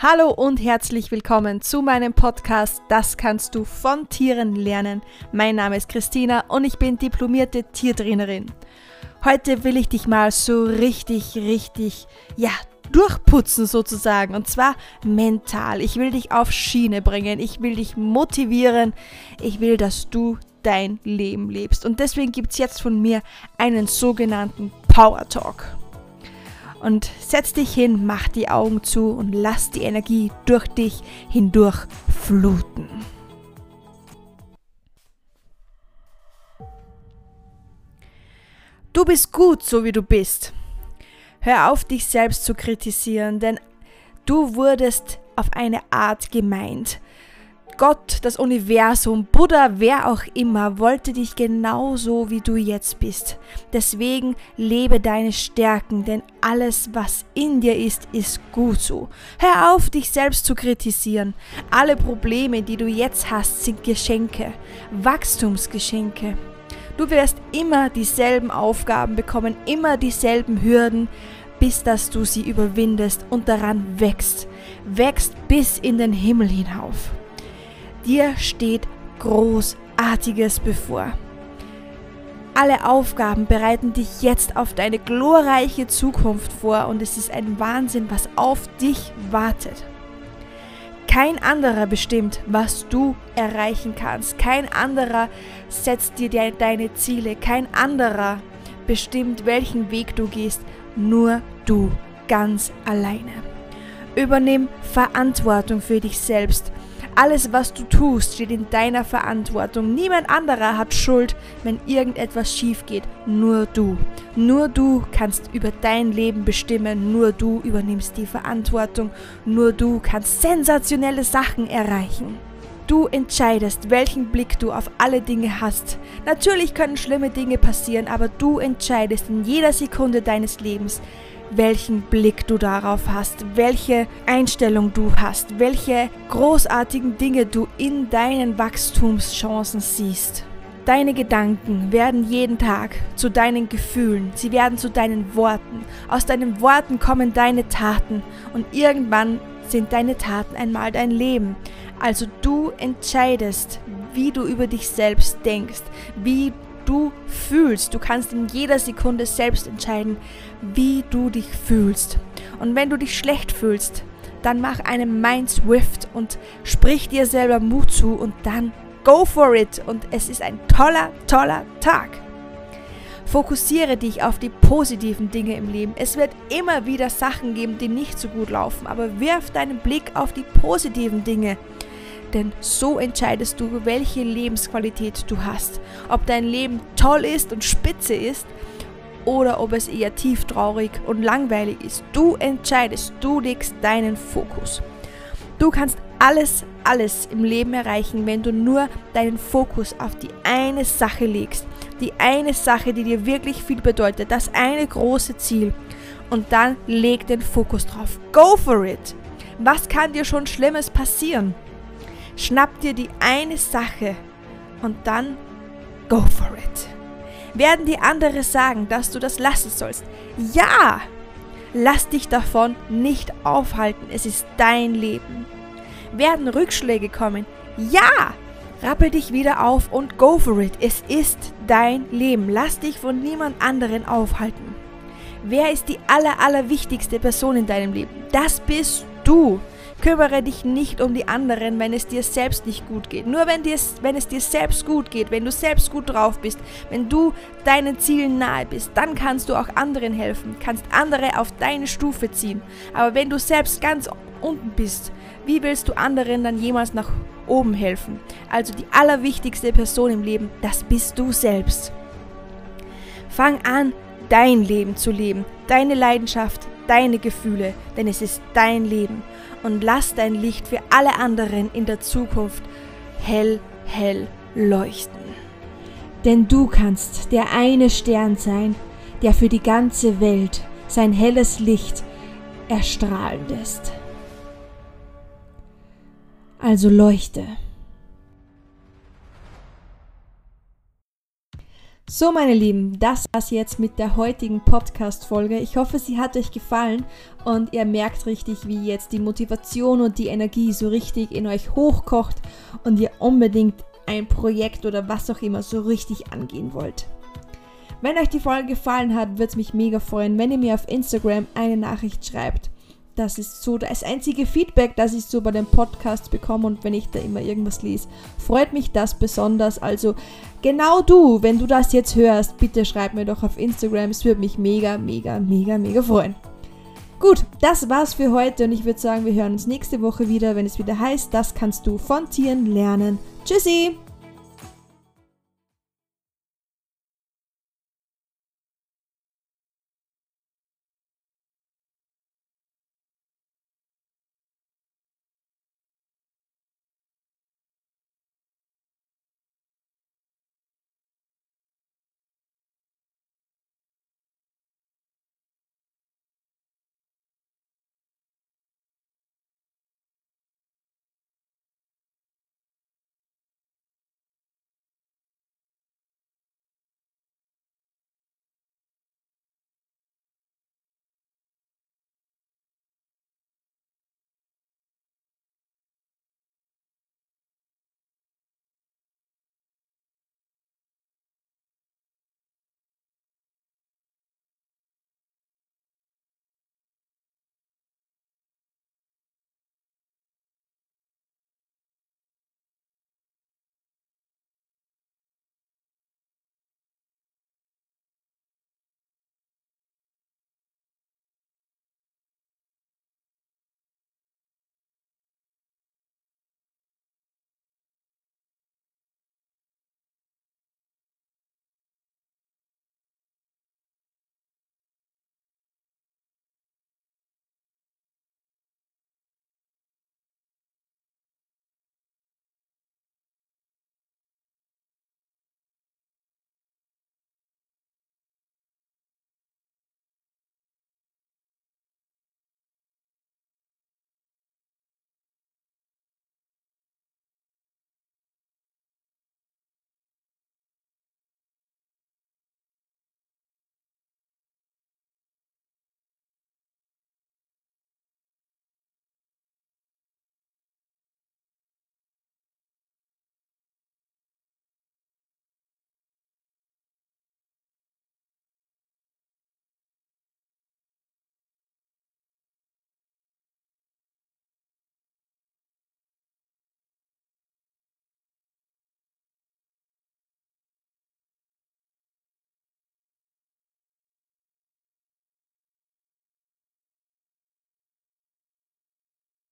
Hallo und herzlich willkommen zu meinem Podcast Das kannst du von Tieren lernen. Mein Name ist Christina und ich bin diplomierte Tiertrainerin. Heute will ich dich mal so richtig durchputzen sozusagen, und zwar mental. Ich will dich auf Schiene bringen, ich will dich motivieren, ich will, dass du dein Leben lebst. Und deswegen gibt es jetzt von mir einen sogenannten Power Talk. Und setz dich hin, mach die Augen zu und lass die Energie durch dich hindurch fluten. Du bist gut, so wie du bist. Hör auf, dich selbst zu kritisieren, denn du wurdest auf eine Art gemeint. Gott, das Universum, Buddha, wer auch immer, wollte dich genauso, wie du jetzt bist. Deswegen lebe deine Stärken, denn alles, was in dir ist gut so. Hör auf, dich selbst zu kritisieren. Alle Probleme, die du jetzt hast, sind Geschenke, Wachstumsgeschenke. Du wirst immer dieselben Aufgaben bekommen, immer dieselben Hürden, bis dass du sie überwindest und daran wächst bis in den Himmel hinauf. Dir steht Großartiges bevor. Alle Aufgaben bereiten dich jetzt auf deine glorreiche Zukunft vor und es ist ein Wahnsinn, was auf dich wartet. Kein anderer bestimmt, was du erreichen kannst. Kein anderer setzt dir deine Ziele. Kein anderer bestimmt, welchen Weg du gehst. Nur du, ganz alleine. Übernimm Verantwortung für dich selbst. Alles, was du tust, steht in deiner Verantwortung. Niemand anderer hat Schuld, wenn irgendetwas schief geht. Nur du. Nur du kannst über dein Leben bestimmen. Nur du übernimmst die Verantwortung. Nur du kannst sensationelle Sachen erreichen. Du entscheidest, welchen Blick du auf alle Dinge hast. Natürlich können schlimme Dinge passieren, aber du entscheidest in jeder Sekunde deines Lebens, welchen Blick du darauf hast, welche Einstellung du hast, welche großartigen Dinge du in deinen Wachstumschancen siehst. Deine Gedanken werden jeden Tag zu deinen Gefühlen, sie werden zu deinen Worten. Aus deinen Worten kommen deine Taten und irgendwann sind deine Taten einmal dein Leben. Also du entscheidest, wie du über dich selbst denkst, wie du fühlst. Du kannst in jeder Sekunde selbst entscheiden, wie du dich fühlst. Und wenn du dich schlecht fühlst, dann mach einen Mind-Swift und sprich dir selber Mut zu und dann go for it. Und es ist ein toller Tag. Fokussiere dich auf die positiven Dinge im Leben. Es wird immer wieder Sachen geben, die nicht so gut laufen, aber wirf deinen Blick auf die positiven Dinge. Denn so entscheidest du, welche Lebensqualität du hast. Ob dein Leben toll ist und spitze ist oder ob es eher tieftraurig und langweilig ist. Du entscheidest, du legst deinen Fokus. Du kannst alles im Leben erreichen, wenn du nur deinen Fokus auf die eine Sache legst. Die eine Sache, die dir wirklich viel bedeutet. Das eine große Ziel. Und dann leg den Fokus drauf. Go for it! Was kann dir schon Schlimmes passieren? Schnapp dir die eine Sache und dann go for it. Werden die anderen sagen, dass du das lassen sollst? Ja! Lass dich davon nicht aufhalten. Es ist dein Leben. Werden Rückschläge kommen? Ja! Rappel dich wieder auf und go for it. Es ist dein Leben. Lass dich von niemand anderen aufhalten. Wer ist die allerwichtigste Person in deinem Leben? Das bist du. Kümmere dich nicht um die anderen, wenn es dir selbst nicht gut geht. Nur wenn es dir selbst gut geht, wenn du selbst gut drauf bist, wenn du deinen Zielen nahe bist, dann kannst du auch anderen helfen, kannst andere auf deine Stufe ziehen. Aber wenn du selbst ganz unten bist, wie willst du anderen dann jemals nach oben helfen? Also die allerwichtigste Person im Leben, das bist du selbst. Fang an, dein Leben zu leben, deine Leidenschaft, deine Gefühle, denn es ist dein Leben. Und lass dein Licht für alle anderen in der Zukunft hell leuchten. Denn du kannst der eine Stern sein, der für die ganze Welt sein helles Licht erstrahlen lässt. Also leuchte. So, meine Lieben, das war's jetzt mit der heutigen Podcast-Folge. Ich hoffe, sie hat euch gefallen und ihr merkt richtig, wie jetzt die Motivation und die Energie so richtig in euch hochkocht und ihr unbedingt ein Projekt oder was auch immer so richtig angehen wollt. Wenn euch die Folge gefallen hat, würde es mich mega freuen, wenn ihr mir auf Instagram eine Nachricht schreibt. Das ist so das einzige Feedback, das ich so bei den Podcasts bekomme, und wenn ich da immer irgendwas lese, freut mich das besonders. Also genau du, wenn du das jetzt hörst, bitte schreib mir doch auf Instagram, es würde mich mega, mega, mega, mega freuen. Gut, das war's für heute und ich würde sagen, wir hören uns nächste Woche wieder, wenn es wieder heißt, das kannst du von Tieren lernen. Tschüssi!